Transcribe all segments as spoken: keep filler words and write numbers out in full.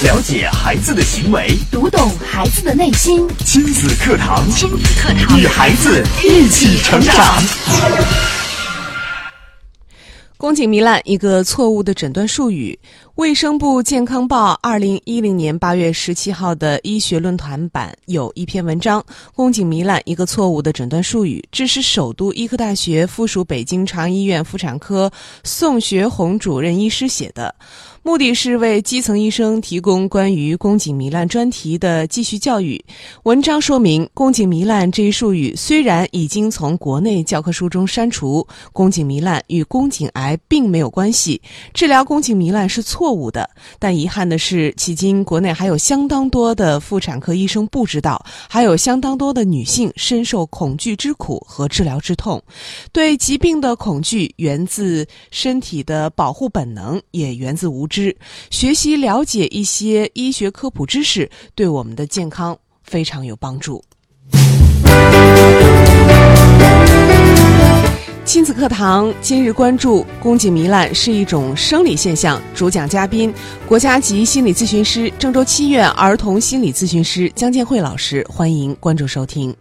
了解孩子的行为， 读懂孩子的内心。 亲子课堂， 亲子课堂， 与孩子一起成长。 宫颈糜烂，一个错误的诊断术语。卫生部健康报二零一零年八月十七号的医学论坛版有一篇文章，宫颈糜烂，一个错误的诊断术语。这是首都医科大学附属北京朝阳医院妇产科宋学红主任医师写的，目的是为基层医生提供关于宫颈糜烂专题的继续教育。文章说明，宫颈糜烂这一术语虽然已经从国内教科书中删除，宫颈糜烂与宫颈癌并没有关系，治疗宫颈糜烂是错误的。但遗憾的是，迄今国内还有相当多的妇产科医生不知道，还有相当多的女性深受恐惧之苦和治疗之痛。对疾病的恐惧源自身体的保护本能，也源自无知。学习了解一些医学科普知识，对我们的健康非常有帮助。亲子课堂今日关注，宫颈糜烂是一种生理现象。主讲嘉宾，国家级心理咨询师、郑州七院儿童心理咨询师姜建慧老师，欢迎关注收听。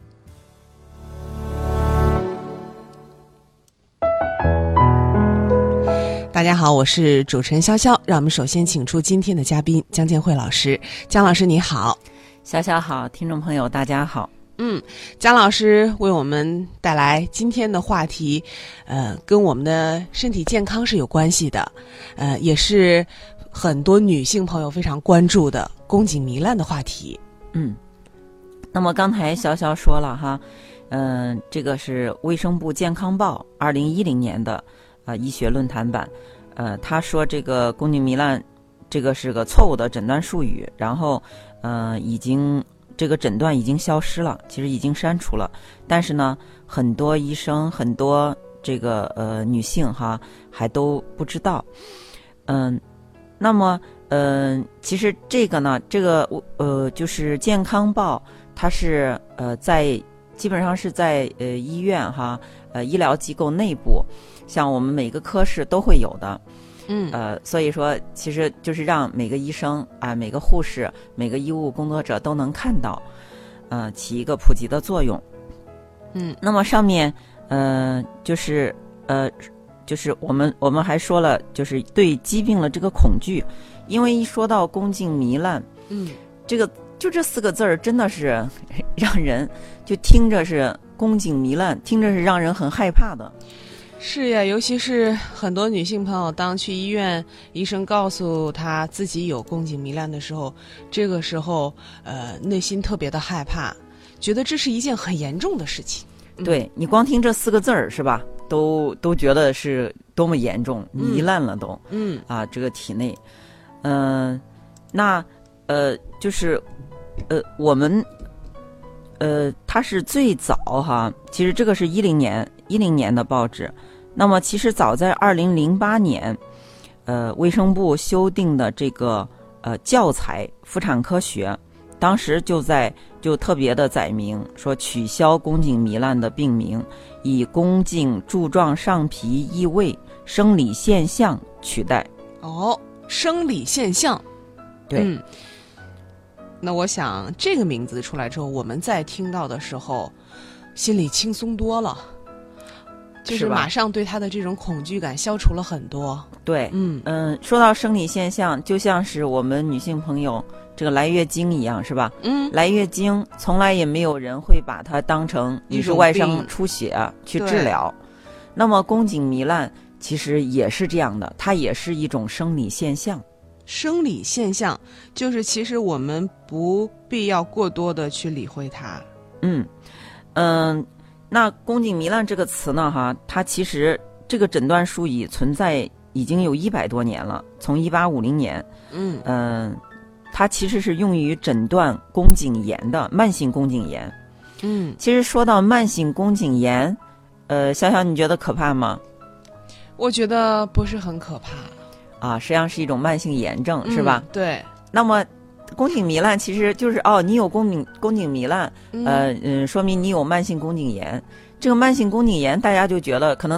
大家好，我是主持人潇潇。让我们首先请出今天的嘉宾姜建慧老师。姜老师你好。 潇潇好，听众朋友大家好。 嗯，姜老师为我们带来今天的话题，呃，跟我们的身体健康是有关系的，呃，也是很多女性朋友非常关注的宫颈糜烂的话题。 嗯，那么刚才潇潇说了哈，嗯、呃，这个是卫生部健康报二零一零年的呃医学论坛版，呃，他说这个宫颈糜烂这个是个错误的诊断术语，然后呃已经。这个诊断已经消失了，其实已经删除了，但是呢，很多医生、很多这个呃女性哈还都不知道。嗯，那么嗯、呃，其实这个呢，这个呃就是健康报，它是呃在基本上是在呃医院哈呃医疗机构内部，像我们每个科室都会有的。 嗯， 呃，所以说，其实就是让每个医生啊、每个护士、每个医务工作者都能看到，呃，起一个普及的作用。 嗯， 那么上面，呃，就是呃，就是我们我们还说了，就是对疾病的这个恐惧，因为一说到宫颈糜烂， 嗯， 这个就这四个字儿，真的是让人就听着是宫颈糜烂，听着是让人很害怕的。 是呀，尤其是很多女性朋友，当去医院，医生告诉她自己有宫颈糜烂的时候，这个时候，呃，内心特别的害怕，觉得这是一件很严重的事情。嗯、 对，你光听这四个字儿是吧，都都觉得是多么严重，糜烂了都。 嗯啊，这个体内，嗯、呃，那呃，就是呃，我们呃，它是最早哈，其实这个是一零年一零年的报纸。那么其实早在二零零八年，呃，卫生部修订的这个呃教材《妇产科学》，当时就在就特别的载明说，取消宫颈糜烂的病名，以宫颈柱状上皮异位生理现象取代。 哦，生理现象， 对。 嗯，那我想这个名字出来之后，我们在听到的时候，心里轻松多了。就是马上对他的这种恐惧感消除了很多。 对， 嗯嗯，说到生理现象，就像是我们女性朋友这个来月经一样，是吧？ 嗯， 来月经从来也没有人会把它当成你是外伤出血去治疗。那么宫颈糜烂其实也是这样的，它也是一种生理现象。 生理现象就是其实我们不必要过多的去理会它。 嗯嗯。那宫颈糜烂这个词呢，哈，它其实这个诊断术语存在已经有一百多年了，从一八五零年， 嗯嗯、呃，它其实是用于诊断宫颈炎的慢性宫颈炎。 嗯， 其实说到慢性宫颈炎，呃，小小你觉得可怕吗？ 我觉得不是很可怕。 啊，实际上是一种慢性炎症，是吧？ 嗯、对。 那么。宫颈糜烂其实就是哦，你有宫颈宫颈糜烂，呃嗯，说明你有慢性宫颈炎。这个慢性宫颈炎，大家就觉得可能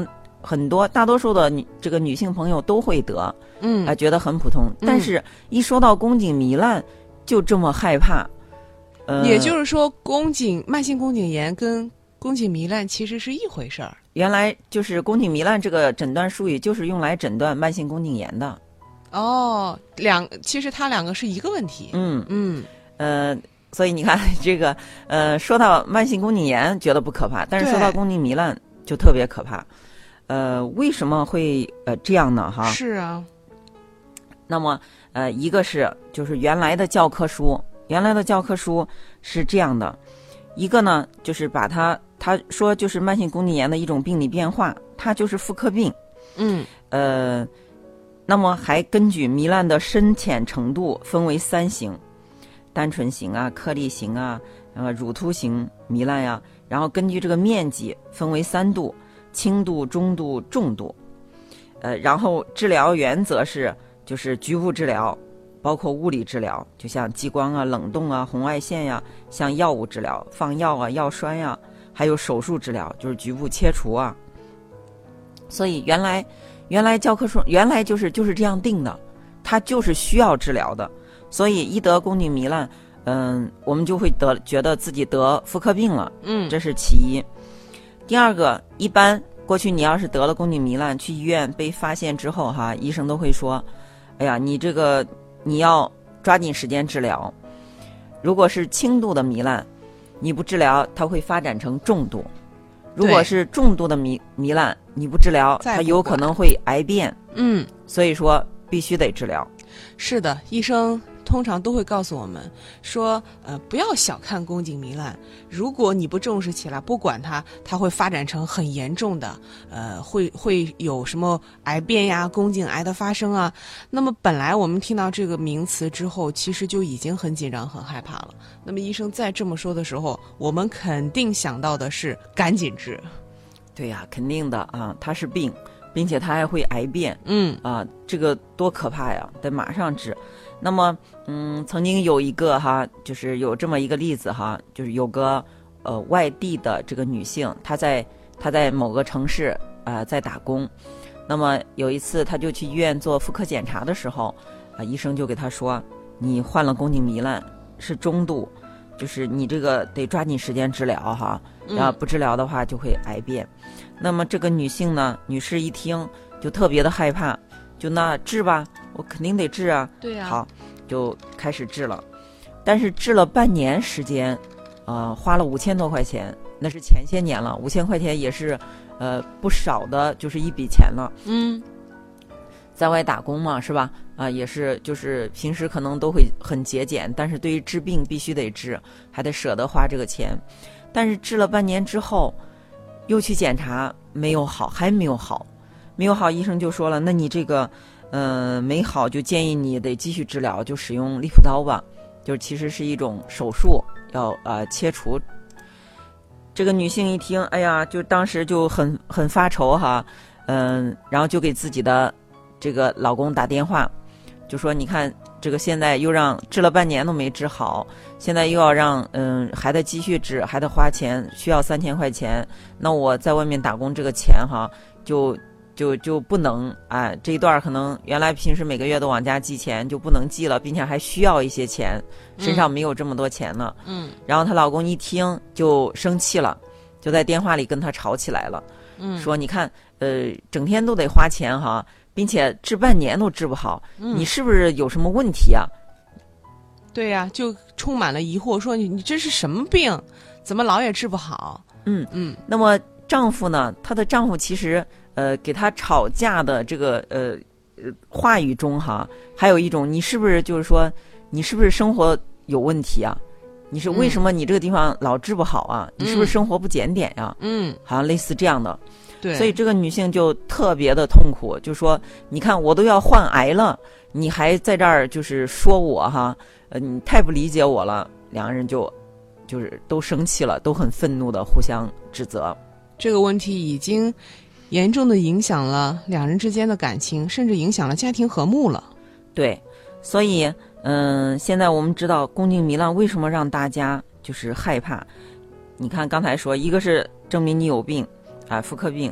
很多大多数的女这个女性朋友都会得， 嗯， 啊、觉得很普通。但是一说到宫颈糜烂，就这么害怕。呃， 也就是说，宫颈慢性宫颈炎跟宫颈糜烂其实是一回事儿。 原来就是宫颈糜烂这个诊断术语，就是用来诊断慢性宫颈炎的。 哦，两其实它两个是一个问题。 嗯嗯， 呃，所以你看这个，呃，说到慢性宫颈炎觉得不可怕，但是说到宫颈糜烂就特别可怕。呃，为什么会呃这样呢？哈， 是啊。 那么呃，一个是就是原来的教科书，原来的教科书是这样的，一个呢就是把它他说就是慢性宫颈炎的一种病理变化，它就是妇科病。 嗯， 呃，那么还根据糜烂的深浅程度分为三型，单纯型啊、颗粒型啊、呃乳突型糜烂呀，然后根据这个面积分为三度：轻度、中度、重度。呃，然后治疗原则是就是局部治疗，包括物理治疗，就像激光啊、冷冻啊、红外线呀，像药物治疗，放药啊、药栓呀，还有手术治疗，就是局部切除啊。所以原来原来教科书原来就是就是这样定的，它就是需要治疗的。所以一得宫颈糜烂，嗯，我们就会得觉得自己得妇科病了， 嗯， 这是其一。第二个，一般过去你要是得了宫颈糜烂，去医院被发现之后哈，医生都会说，哎呀，你这个你要抓紧时间治疗。如果是轻度的糜烂，你不治疗，它会发展成重度。如果是重度的糜糜烂，你不治疗，它有可能会癌变。 嗯， 所以说必须得治疗。 是的，医生通常都会告诉我们说，呃，不要小看宫颈糜烂，如果你不重视起来，不管它，它会发展成很严重的，呃，会会有什么癌变呀、宫颈癌的发生啊。那么本来我们听到这个名词之后，其实就已经很紧张、很害怕了。那么医生再这么说的时候，我们肯定想到的是赶紧治。 对呀、啊，肯定的啊，它是病，并且它还会癌变。 嗯啊，这个多可怕呀！得马上治。那么，嗯，曾经有一个哈，就是有这么一个例子哈，就是有个呃外地的这个女性，她在她在某个城市啊、呃、在打工。那么有一次，她就去医院做妇科检查的时候，啊、呃，医生就给她说，你患了宫颈糜烂，是中度，就是你这个得抓紧时间治疗哈，啊，不治疗的话就会癌变。那么这个女性呢，女士一听就特别的害怕，就那治吧，我肯定得治啊。 对呀、啊。 好，就开始治了，但是治了半年时间，呃，花了五千多块钱，那是前些年了，五千块钱也是，呃，不少的，就是一笔钱了。 嗯， 在外打工嘛，是吧？啊、呃，也是，就是平时可能都会很节俭，但是对于治病必须得治，还得舍得花这个钱。但是治了半年之后，又去检查，没有好，还没有好，没有好，医生就说了，那你这个，呃，没好，就建议你得继续治疗，就使用利普刀吧，就其实是一种手术，要呃切除。这个女性一听，哎呀，就当时就很很发愁哈，嗯、呃，然后就给自己的这个老公打电话，就说你看这个现在又让治了半年都没治好，现在又要让嗯还得继续治，还得花钱，需要三千块钱，那我在外面打工这个钱哈，就就就不能啊、哎，这一段可能原来平时每个月都往家寄钱就不能寄了，并且还需要一些钱，身上没有这么多钱呢。 嗯， 然后她老公一听就生气了，就在电话里跟她吵起来了， 嗯， 说你看呃整天都得花钱哈。并且治半年都治不好， 嗯、 你是不是有什么问题啊？ 对呀、啊，就充满了疑惑，说你你这是什么病？怎么老也治不好？ 嗯嗯。 那么丈夫呢？她的丈夫其实呃给她吵架的这个呃呃话语中哈，还有一种你是不是就是说你是不是生活有问题啊？你是为什么你这个地方老治不好啊？嗯、你是不是生活不检点呀？ 嗯， 好像类似这样的。 对， 所以这个女性就特别的痛苦，就说你看我都要患癌了，你还在这儿就是说我哈，呃，你太不理解我了。两个人就就是都生气了，都很愤怒的互相指责。 这个问题已经严重的影响了两人之间的感情，甚至影响了家庭和睦了。 对，所以嗯、呃，现在我们知道宫颈糜烂为什么让大家就是害怕。你看刚才说，一个是证明你有病。啊，妇科病，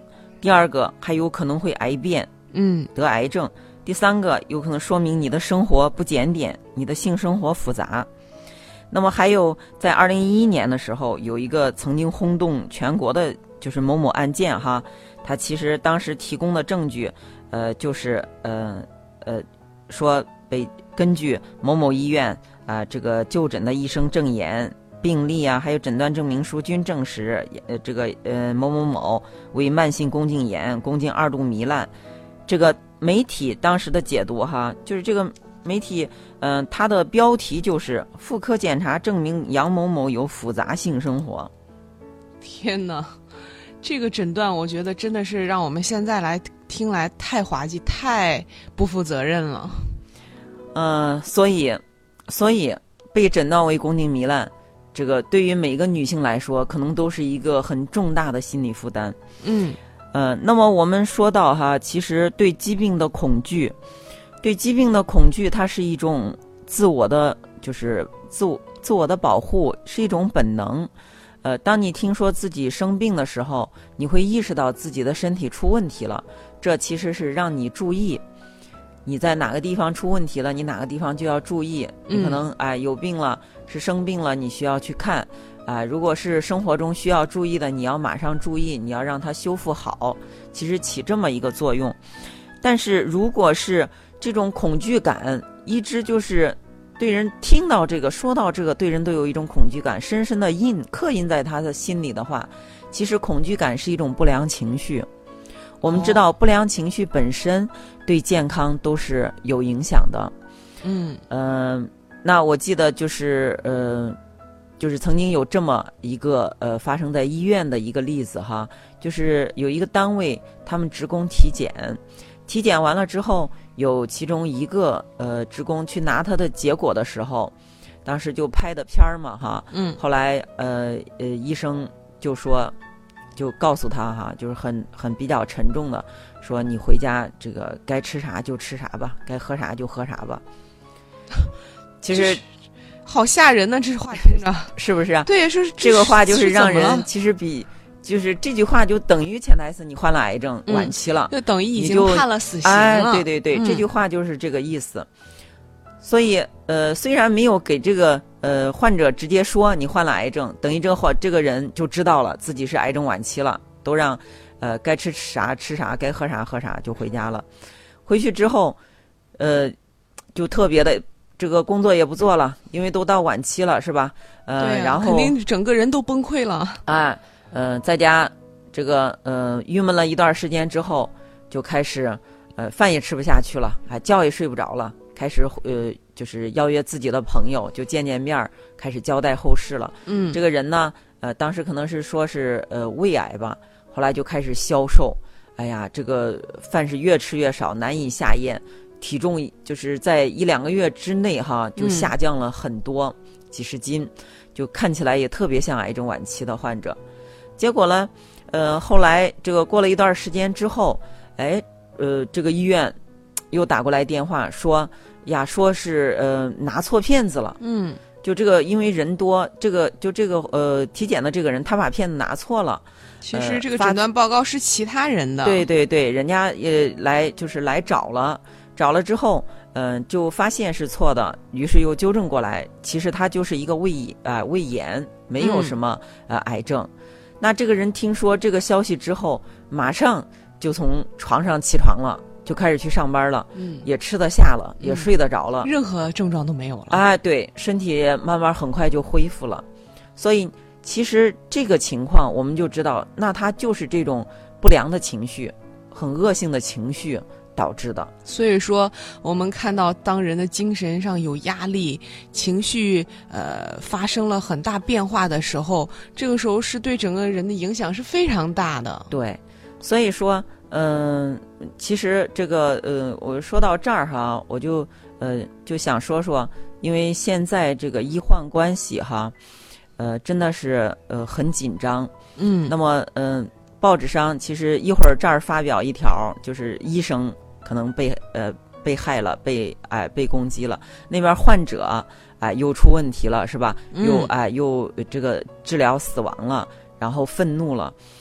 第二个还有可能会癌变， 嗯， 得癌症。第三个有可能说明你的生活不检点，你的性生活复杂。那么还有在二零一一年的时候，有一个曾经轰动全国的就是某某案件哈，他其实当时提供的证据，呃，就是呃呃说被根据某某医院啊、呃、这个就诊的医生证言、病历啊，还有诊断证明书均证实，呃这个呃某某某为慢性宫颈炎、宫颈二度糜烂。这个媒体当时的解读哈，就是这个媒体，嗯、呃，它的标题就是妇科检查证明杨某某有复杂性生活。 天哪，这个诊断我觉得真的是让我们现在来听来太滑稽、太不负责任了。 嗯、呃，所以，所以被诊断为宫颈糜烂，这个对于每个女性来说，可能都是一个很重大的心理负担。 嗯。 呃，那么我们说到哈，其实对疾病的恐惧，对疾病的恐惧，它是一种自我的，就是自我自我的保护，是一种本能。呃，当你听说自己生病的时候，你会意识到自己的身体出问题了，这其实是让你注意，你在哪个地方出问题了，你哪个地方就要注意。你可能哎、呃、有病了，是生病了，你需要去看。啊、呃，如果是生活中需要注意的，你要马上注意，你要让它修复好，其实起这么一个作用。但是如果是这种恐惧感一直就是对人听到这个说到这个对人都有一种恐惧感，深深的印刻印在他的心里的话，其实恐惧感是一种不良情绪。我们知道不良情绪本身对健康都是有影响的。 嗯嗯、呃，那我记得就是呃。就是曾经有这么一个呃发生在医院的一个例子哈，就是有一个单位他们职工体检，体检完了之后，有其中一个呃职工去拿他的结果的时候，当时就拍的片儿嘛哈， 嗯， 后来呃呃医生就说，就告诉他哈，就是很很比较沉重的说，你回家这个该吃啥就吃啥吧，该喝啥就喝啥吧。其实。 好吓人呢，这话听着是不是啊？ 对，是这个话就是让人其实比就是这句话就等于潜台词，你患了癌症、嗯、晚期了， 就等于已经判了死刑了。 哎，对对对、 嗯， 这句话就是这个意思。所以呃，虽然没有给这个呃患者直接说你患了癌症，等于这个患这个人就知道了自己是癌症晚期了，都让呃该吃啥吃啥，该喝啥喝啥就回家了。回去之后，呃，就特别的。这个工作也不做了，因为都到晚期了，是吧？呃， 对啊、 然后肯定整个人都崩溃了。 啊，呃，在家这个呃郁闷了一段时间之后，就开始呃饭也吃不下去了，啊觉也睡不着了，开始呃就是邀约自己的朋友就见见面，开始交代后事了。 嗯， 这个人呢，呃当时可能是说是呃胃癌吧，后来就开始消瘦，哎呀，这个饭是越吃越少，难以下咽。体重就是在一两个月之内哈，就下降了很多、嗯、几十斤，就看起来也特别像癌症晚期的患者。结果呢，呃，后来这个过了一段时间之后，哎，呃，这个医院又打过来电话说呀，说是呃拿错片子了。 嗯， 就这个因为人多，这个就这个呃体检的这个人他把片子拿错了。 其实这个诊断报告是其他人的。 呃、对对对，人家也来就是来找了。找了之后，嗯、呃，就发现是错的，于是又纠正过来。其实他就是一个胃啊、呃、胃炎，没有什么、嗯、呃癌症。那这个人听说这个消息之后，马上就从床上起床了，就开始去上班了， 嗯， 也吃得下了， 嗯、 也睡得着了， 任何症状都没有了。 啊，对，身体慢慢很快就恢复了。所以其实这个情况我们就知道，那他就是这种不良的情绪，很恶性的情绪导致的。 所以说我们看到当人的精神上有压力，情绪呃发生了很大变化的时候，这个时候是对整个人的影响是非常大的。 对，所以说嗯、呃，其实这个呃我说到这儿哈，我就呃就想说说，因为现在这个医患关系哈呃真的是呃很紧张。 嗯， 那么嗯、呃报纸上其实一会儿这儿发表一条，就是医生可能被呃被害了，被哎、呃、被攻击了，那边患者哎、呃、又出问题了，是吧？又哎、呃、又这个治疗死亡了，然后愤怒了。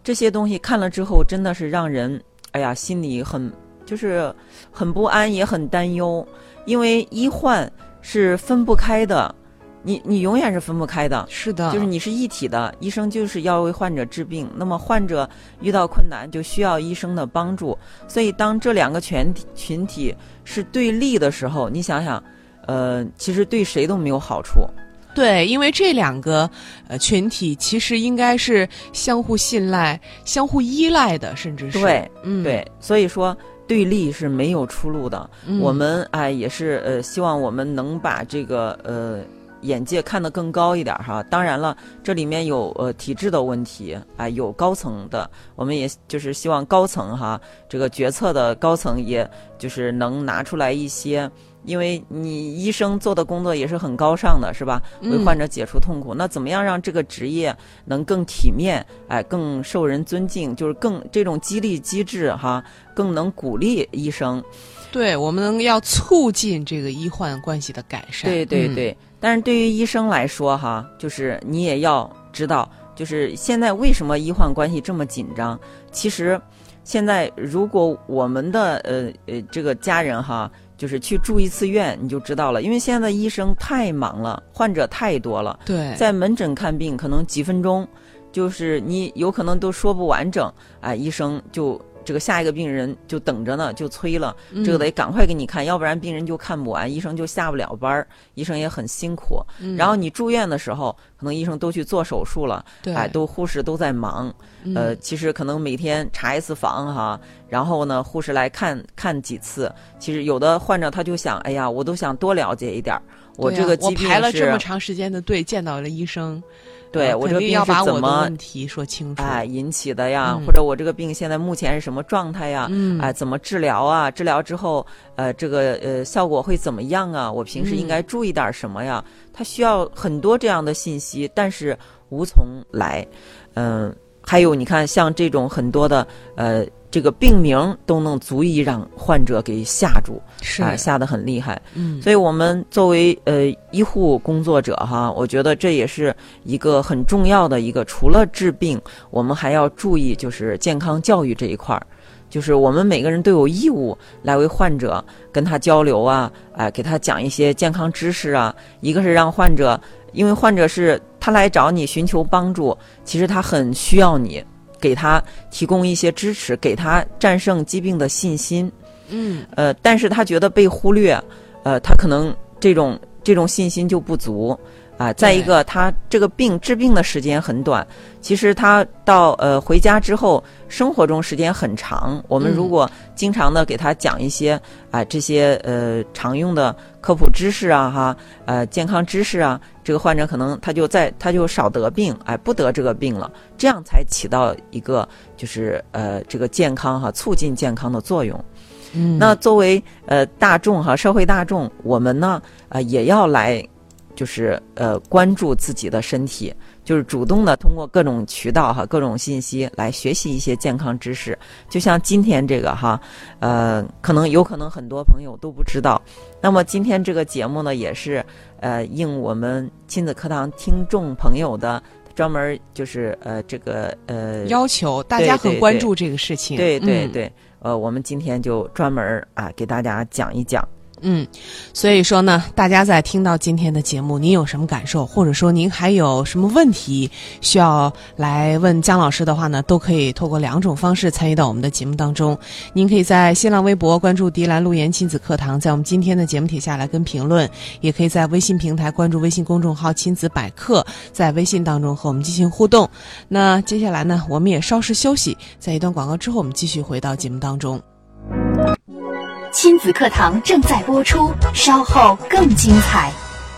这些东西看了之后，真的是让人哎呀心里很就是很不安，也很担忧，因为医患是分不开的。你你永远是分不开的， 是的， 就是你是一体的，医生就是要为患者治病，那么患者遇到困难就需要医生的帮助，所以当这两个群体群体是对立的时候，你想想，呃，其实对谁都没有好处。 对，因为这两个呃群体其实应该是相互信赖、相互依赖的，甚至是对， 嗯， 对，所以说对立是没有出路的。 嗯、 我们哎也是呃希望我们能把这个呃。眼界看得更高一点哈，当然了，这里面有呃体制的问题啊、呃，有高层的，我们也就是希望高层哈，这个决策的高层也就是能拿出来一些，因为你医生做的工作也是很高尚的，是吧？为患者解除痛苦，嗯、那怎么样让这个职业能更体面，哎，更受人尊敬，就是更这种激励机制哈，更能鼓励医生。 对，我们要促进这个医患关系的改善。 对对对。嗯，但是对于医生来说哈，就是你也要知道，就是现在为什么医患关系这么紧张？其实，现在如果我们的呃呃这个家人哈，就是去住一次院，你就知道了，因为现在的医生太忙了，患者太多了。 对，在门诊看病可能几分钟，就是你有可能都说不完整，哎，医生就。这个下一个病人就等着呢，就催了，这个得赶快给你看，嗯、要不然病人就看不完，医生就下不了班，医生也很辛苦。嗯、然后你住院的时候，可能医生都去做手术了，哎，都护士都在忙。嗯、呃，其实可能每天查一次房哈，然后呢，护士来看看几次。其实有的患者他就想，哎呀，我都想多了解一点，我这个疾病是、 啊、我排了这么长时间的队，见到了医生。 对、呃、我这个病是怎么问题说清楚哎引起的呀、 嗯？ 或者我这个病现在目前是什么状态呀？ 嗯， 哎，怎么治疗啊？治疗之后，呃，这个呃效果会怎么样啊？我平时应该注意点什么呀？嗯、他需要很多这样的信息，但是无从来。嗯、呃，还有你看，像这种很多的呃。这个病名都能足以让患者给吓住， 是啊、呃，吓得很厉害。 嗯， 所以我们作为呃医护工作者哈，我觉得这也是一个很重要的一个，除了治病，我们还要注意就是健康教育这一块儿，就是我们每个人都有义务来为患者跟他交流啊，哎、呃，给他讲一些健康知识啊。一个是让患者，因为患者是他来找你寻求帮助，其实他很需要你。给他提供一些支持，给他战胜疾病的信心。 嗯， 呃，但是他觉得被忽略，呃，他可能这种这种信心就不足啊、呃。再一个，他这个病治病的时间很短，其实他到呃回家之后，生活中时间很长。我们如果经常的给他讲一些啊、呃、这些呃常用的科普知识啊哈，呃健康知识啊。这个患者可能他就在他就少得病，哎，不得这个病了，这样才起到一个就是呃这个健康哈，促进健康的作用。 嗯， 那作为呃大众哈，社会大众，我们呢呃也要来就是呃关注自己的身体，就是主动的通过各种渠道哈，各种信息来学习一些健康知识。就像今天这个哈，呃，可能有可能很多朋友都不知道。那么今天这个节目呢，也是呃应我们亲子课堂听众朋友的专门就是呃这个呃要求，大家很关注这个事情。 对对 对, 对, 对、嗯，呃，我们今天就专门啊给大家讲一讲。 嗯，所以说呢，大家在听到今天的节目，您有什么感受，或者说您还有什么问题需要来问姜老师的话呢，都可以透过两种方式参与到我们的节目当中。您可以在新浪微博关注迪兰路言亲子课堂，在我们今天的节目帖下来跟评论，也可以在微信平台关注微信公众号亲子百科，在微信当中和我们进行互动。那接下来呢，我们也稍事休息，在一段广告之后，我们继续回到节目当中。 亲子课堂正在播出，稍后更精彩。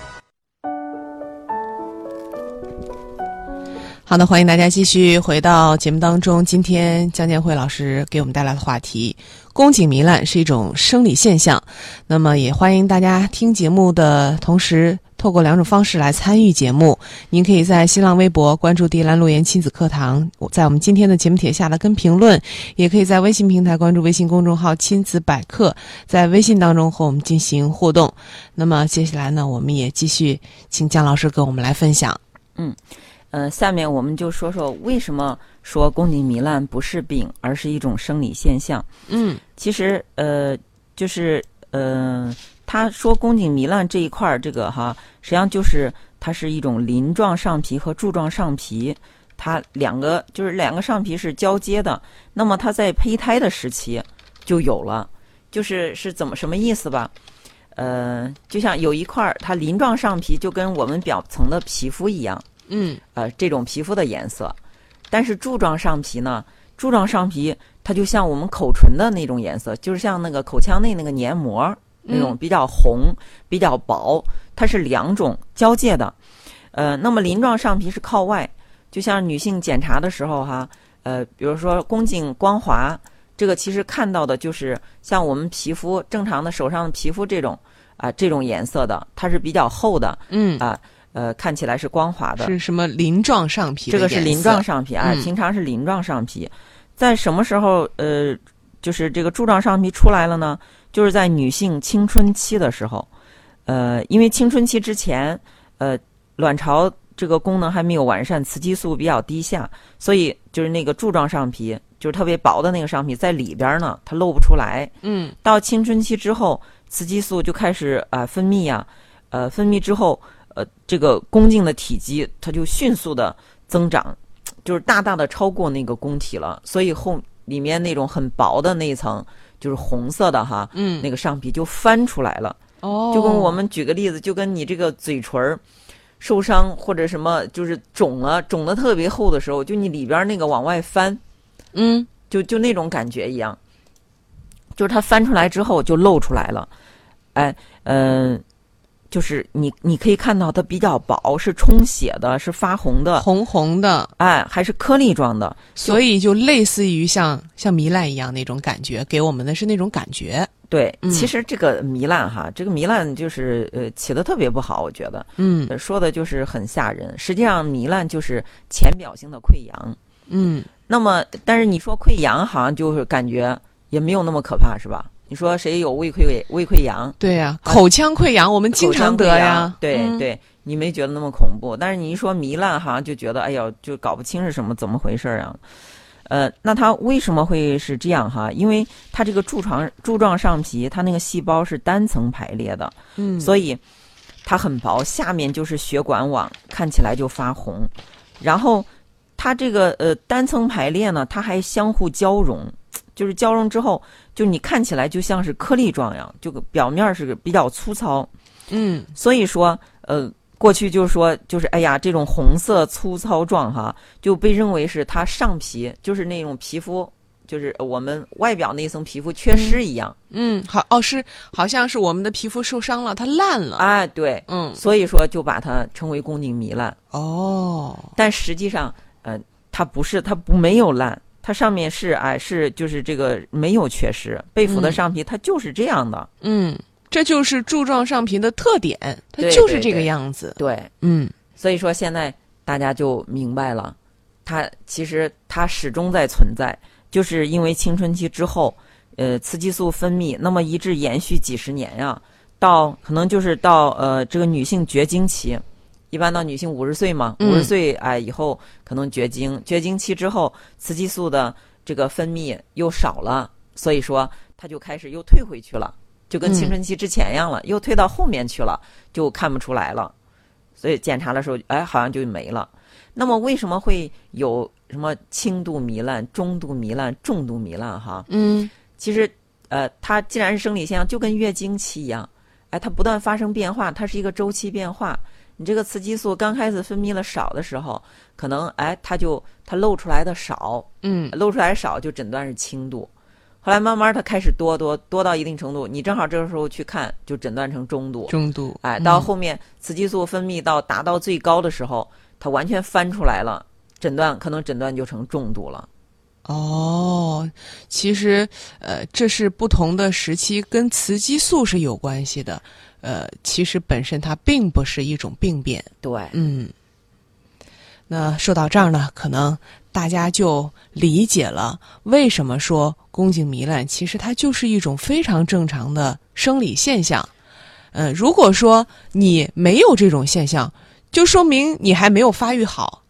好的，欢迎大家继续回到节目当中。今天姜建慧老师给我们带来的话题，宫颈糜烂是一种生理现象。那么也欢迎大家听节目的同时，透过两种方式来参与节目。您可以在新浪微博关注迪兰路言亲子课堂，在我们今天的节目帖下来跟评论，也可以在微信平台关注微信公众号亲子百科，在微信当中和我们进行互动。那么接下来呢，我们也继续请姜老师跟我们来分享。 嗯。 呃，下面我们就说说为什么说宫颈糜烂不是病，而是一种生理现象。 嗯， 其实呃，就是呃，他说宫颈糜烂这一块儿，这个哈，实际上就是它是一种鳞状上皮和柱状上皮，它两个就是两个上皮是交接的。那么它在胚胎的时期就有了，就是是怎么什么意思吧？呃，就像有一块儿，它鳞状上皮就跟我们表层的皮肤一样。 嗯， 呃，这种皮肤的颜色，但是柱状上皮呢，柱状上皮它就像我们口唇的那种颜色，就是像那个口腔内那个黏膜那种比较红、比较薄，它是两种交界的。呃，那么鳞状上皮是靠外，就像女性检查的时候哈，呃，比如说宫颈光滑，这个其实看到的就是像我们皮肤正常的手上的皮肤这种啊、呃、这种颜色的，它是比较厚的， 嗯啊。呃呃，看起来是光滑的， 是什么鳞状上皮的？ 这个是鳞状上皮啊， 嗯、 平常是鳞状上皮。在什么时候，呃，就是这个柱状上皮出来了呢？就是在女性青春期的时候，呃，因为青春期之前，呃，卵巢这个功能还没有完善，雌激素比较低下，所以就是那个柱状上皮，就是特别薄的那个上皮在里边呢，它露不出来。 嗯， 到青春期之后，雌激素就开始啊、呃、分泌呀、啊，呃，分泌之后。呃，这个宫颈的体积它就迅速的增长，就是大大的超过那个宫体了，所以后里面那种很薄的那一层就是红色的哈， 嗯， 那个上皮就翻出来了。 哦， 就跟我们举个例子，就跟你这个嘴唇受伤或者什么就是肿了，肿得特别厚的时候，就你里边那个往外翻， 嗯， 就就那种感觉一样，就是它翻出来之后就露出来了，哎，嗯、呃。就是你，你可以看到它比较薄，是充血的，是发红的， 红红的， 哎，还是颗粒状的， 所以就类似于像像糜烂一样那种感觉，给我们的是那种感觉。 对， 嗯、 其实这个糜烂哈，这个糜烂就是呃起得特别不好，我觉得， 嗯、 呃，说的就是很吓人。实际上糜烂就是浅表性的溃疡， 嗯， 那么但是你说溃疡好像就是感觉也没有那么可怕，是吧？你说谁有胃溃胃溃疡？ 对呀、啊，口腔溃疡我们经常得呀。 对、嗯、对，你没觉得那么恐怖，但是你一说糜烂，好像就觉得哎呦，就搞不清是什么怎么回事啊。呃，那它为什么会是这样哈？因为它这个柱状柱状上皮，它那个细胞是单层排列的， 嗯， 所以它很薄，下面就是血管网，看起来就发红。然后它这个呃单层排列呢，它还相互交融。就是交融之后，就你看起来就像是颗粒状样，就表面是比较粗糙， 嗯， 所以说，呃，过去就是说，就是哎呀，这种红色粗糙状哈，就被认为是它上皮，就是那种皮肤，就是我们外表那一层皮肤缺失一样。 嗯，好，哦，是，好像是我们的皮肤受伤了，它烂了。 哎，对， 嗯， 所以说就把它称为宫颈糜烂。 哦， 但实际上，呃，它不是，它不没有烂。它上面是哎是就是这个没有缺失，被俘的上皮它就是这样的， 嗯，这就是柱状上皮的特点，它就是这个样子。 对，对对嗯， 所以说现在大家就明白了，它其实它始终在存在，就是因为青春期之后，呃，雌激素分泌，那么一直延续几十年呀，到可能就是到呃这个女性绝经期。一般到女性五十岁嘛，五十岁哎以后可能绝经，绝经期之后，雌激素的这个分泌又少了，所以说它就开始又退回去了，就跟青春期之前一样了，嗯、又退到后面去了，就看不出来了。所以检查的时候，哎，好像就没了。那么为什么会有什么轻度糜烂、中度糜烂、重度糜烂？哈， 嗯， 其实呃，它既然是生理现象，就跟月经期一样，哎，它不断发生变化，它是一个周期变化。你这个雌激素刚开始分泌了少的时候，可能哎，它就它露出来的少， 嗯， 露出来少就诊断是轻度，后来慢慢它开始多多多到一定程度，你正好这个时候去看，就诊断成中度， 中度， 哎，到后面雌激素分泌到达到最高的时候，它完全翻出来了，诊断可能诊断就成重度了。 哦，其实呃，这是不同的时期跟雌激素是有关系的。呃，其实本身它并不是一种病变。 对， 嗯。那说到这儿呢，可能大家就理解了为什么说宫颈糜烂，其实它就是一种非常正常的生理现象。呃，如果说你没有这种现象，就说明你还没有发育好，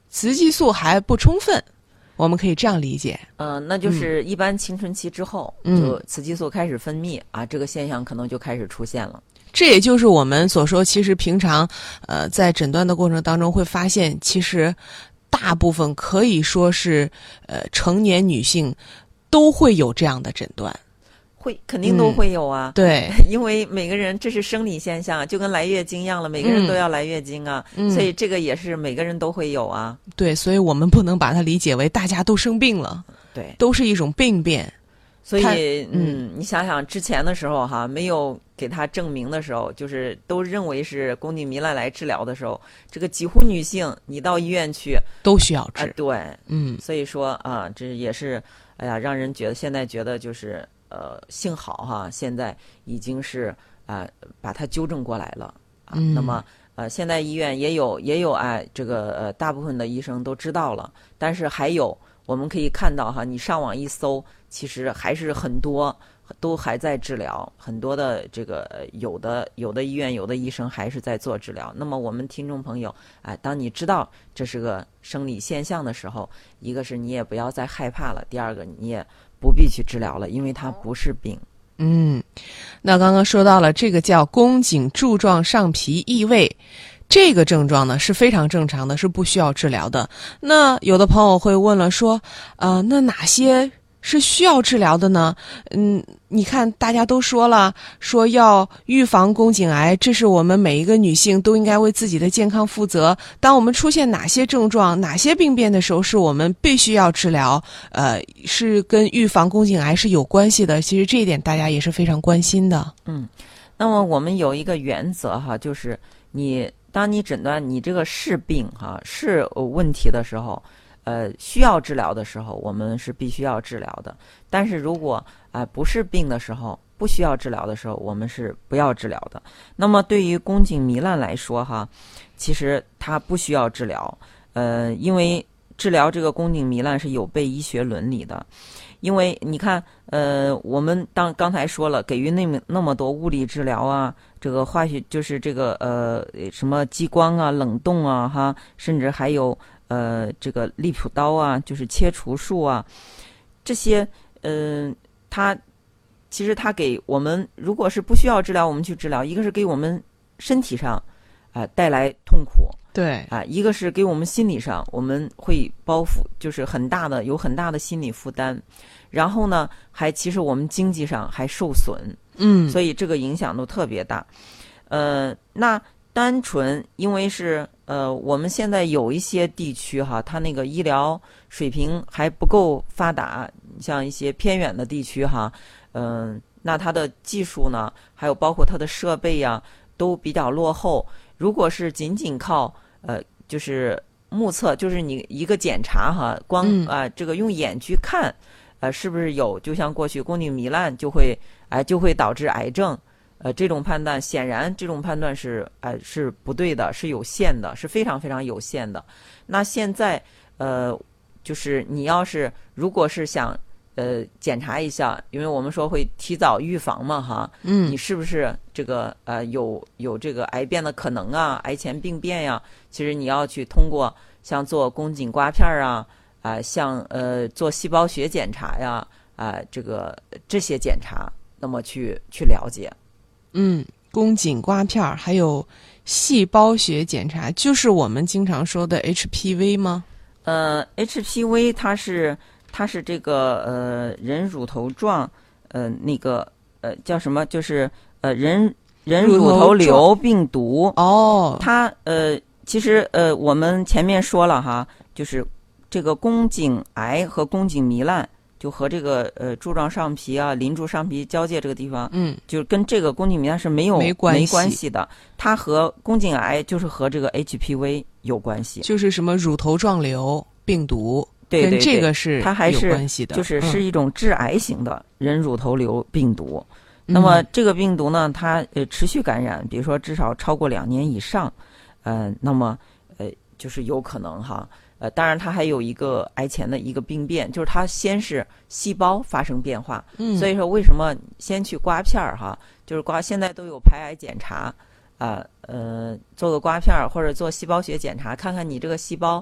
雌激素还不充分，我们可以这样理解。 呃，那就是一般青春期之后， 嗯、 就雌激素开始分泌啊，这个现象可能就开始出现了。 这也就是我们所说，其实平常呃在诊断的过程当中会发现，其实大部分可以说是呃成年女性都会有这样的诊断。 会肯定都会有啊、 嗯，对， 因为每个人这是生理现象，就跟来月经一样了，每个人都要来月经啊、嗯、所以这个也是每个人都会有啊。 对，所以我们不能把它理解为大家都生病了， 对， 都是一种病变。 所以嗯，你想想之前的时候哈，没有给他证明的时候，就是都认为是宫颈糜烂来治疗的时候，这个几乎女性你到医院去都需要治、 呃、对， 嗯， 所以说啊，这也是哎呀，让人觉得现在觉得就是呃，幸好哈，现在已经是啊、呃，把它纠正过来了啊。 嗯、 那么呃，现在医院也有也有哎，这个呃，大部分的医生都知道了，但是还有我们可以看到哈，你上网一搜，其实还是很多都还在治疗，很多的这个有的有的医院有的医生还是在做治疗。那么我们听众朋友哎，当你知道这是个生理现象的时候，一个是你也不要再害怕了，第二个你也不必去治疗了，因为它不是病。 嗯，那刚刚说到了这个叫宫颈柱状上皮异位，这个症状呢是非常正常的，是不需要治疗的。那有的朋友会问了，说，呃，那哪些是需要治疗的呢？嗯，你看大家都说了，说要预防宫颈癌，这是我们每一个女性都应该为自己的健康负责。当我们出现哪些症状、哪些病变的时候，是我们必须要治疗，呃，是跟预防宫颈癌是有关系的。其实这一点大家也是非常关心的。 嗯，那么我们有一个原则哈，就是你当你诊断你这个是病哈是问题的时候。呃，需要治疗的时候，我们是必须要治疗的。但是如果啊、呃、不是病的时候，不需要治疗的时候，我们是不要治疗的。那么对于宫颈糜烂来说哈，其实它不需要治疗，呃，因为治疗这个宫颈糜烂是有悖医学伦理的。因为你看，呃，我们当刚才说了，给予那么那么多物理治疗啊，这个化学就是这个呃什么激光啊、冷冻啊，哈，甚至还有。呃，这个利普刀啊，就是切除术啊，这些，嗯、呃，它其实它给我们，如果是不需要治疗，我们去治疗，一个是给我们身体上啊、呃、带来痛苦， 对啊、呃，一个是给我们心理上，我们会包袱，就是很大的有很大的心理负担，然后呢，还其实我们经济上还受损， 嗯， 所以这个影响都特别大，呃，那单纯因为是。呃，我们现在有一些地区哈，它那个医疗水平还不够发达，像一些偏远的地区哈，嗯、呃，那它的技术呢，还有包括它的设备呀、啊，都比较落后。如果是仅仅靠呃，就是目测，就是你一个检查哈，光啊、呃、这个用眼去看，呃，是不是有？就像过去宫颈糜烂就会哎、呃、就会导致癌症。呃，这种判断显然，这种判断是呃是不对的，是有限的，是非常非常有限的。那现在呃，就是你要是如果是想呃检查一下，因为我们说会提早预防嘛，哈， 嗯， 你是不是这个呃有有这个癌变的可能啊，癌前病变呀？其实你要去通过像做宫颈刮片啊，啊、呃，像呃做细胞学检查呀，啊、呃，这个这些检查，那么去去了解。 嗯，宫颈刮片儿还有细胞学检查，就是我们经常说的 H P V 吗？ 呃 ，H P V 它是它是这个呃人乳头状呃那个呃叫什么？就是呃人人乳头瘤病毒哦。 它呃其实呃我们前面说了哈，就是这个宫颈癌和宫颈糜烂。就和这个呃柱状上皮啊、鳞柱上皮交界这个地方， 嗯， 就是跟这个宫颈糜烂是没有没关系没关系的。它和宫颈癌就是和这个 H P V 有关系， 就是什么乳头状瘤病毒， 对对对， 跟这个是它还是有关系的， 就是是一种致癌型的人乳头瘤病毒。 嗯、 那么这个病毒呢，它呃持续感染，比如说至少超过两年以上，呃，那么呃就是有可能哈。呃，当然它还有一个癌前的一个病变，就是它先是细胞发生变化， 嗯， 所以说为什么先去刮片儿哈，就是刮现在都有排癌检查，啊 呃, 呃做个刮片儿或者做细胞学检查，看看你这个细胞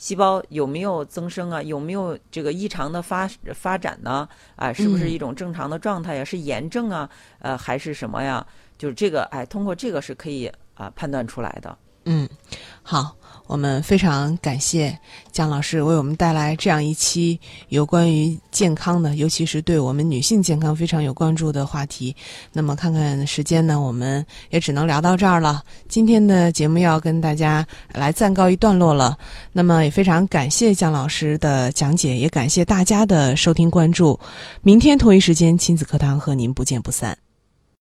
细胞有没有增生啊？有没有这个异常的发发展呢？啊，是不是一种正常的状态呀？是炎症啊？呃，还是什么呀？就是这个，哎，通过这个是可以啊、呃、判断出来的。 嗯，好，我们非常感谢姜老师为我们带来这样一期有关于健康的，尤其是对我们女性健康非常有关注的话题。那么看看时间呢，我们也只能聊到这儿了。今天的节目要跟大家来暂告一段落了。那么也非常感谢姜老师的讲解，也感谢大家的收听关注。明天同一时间亲子课堂和您不见不散。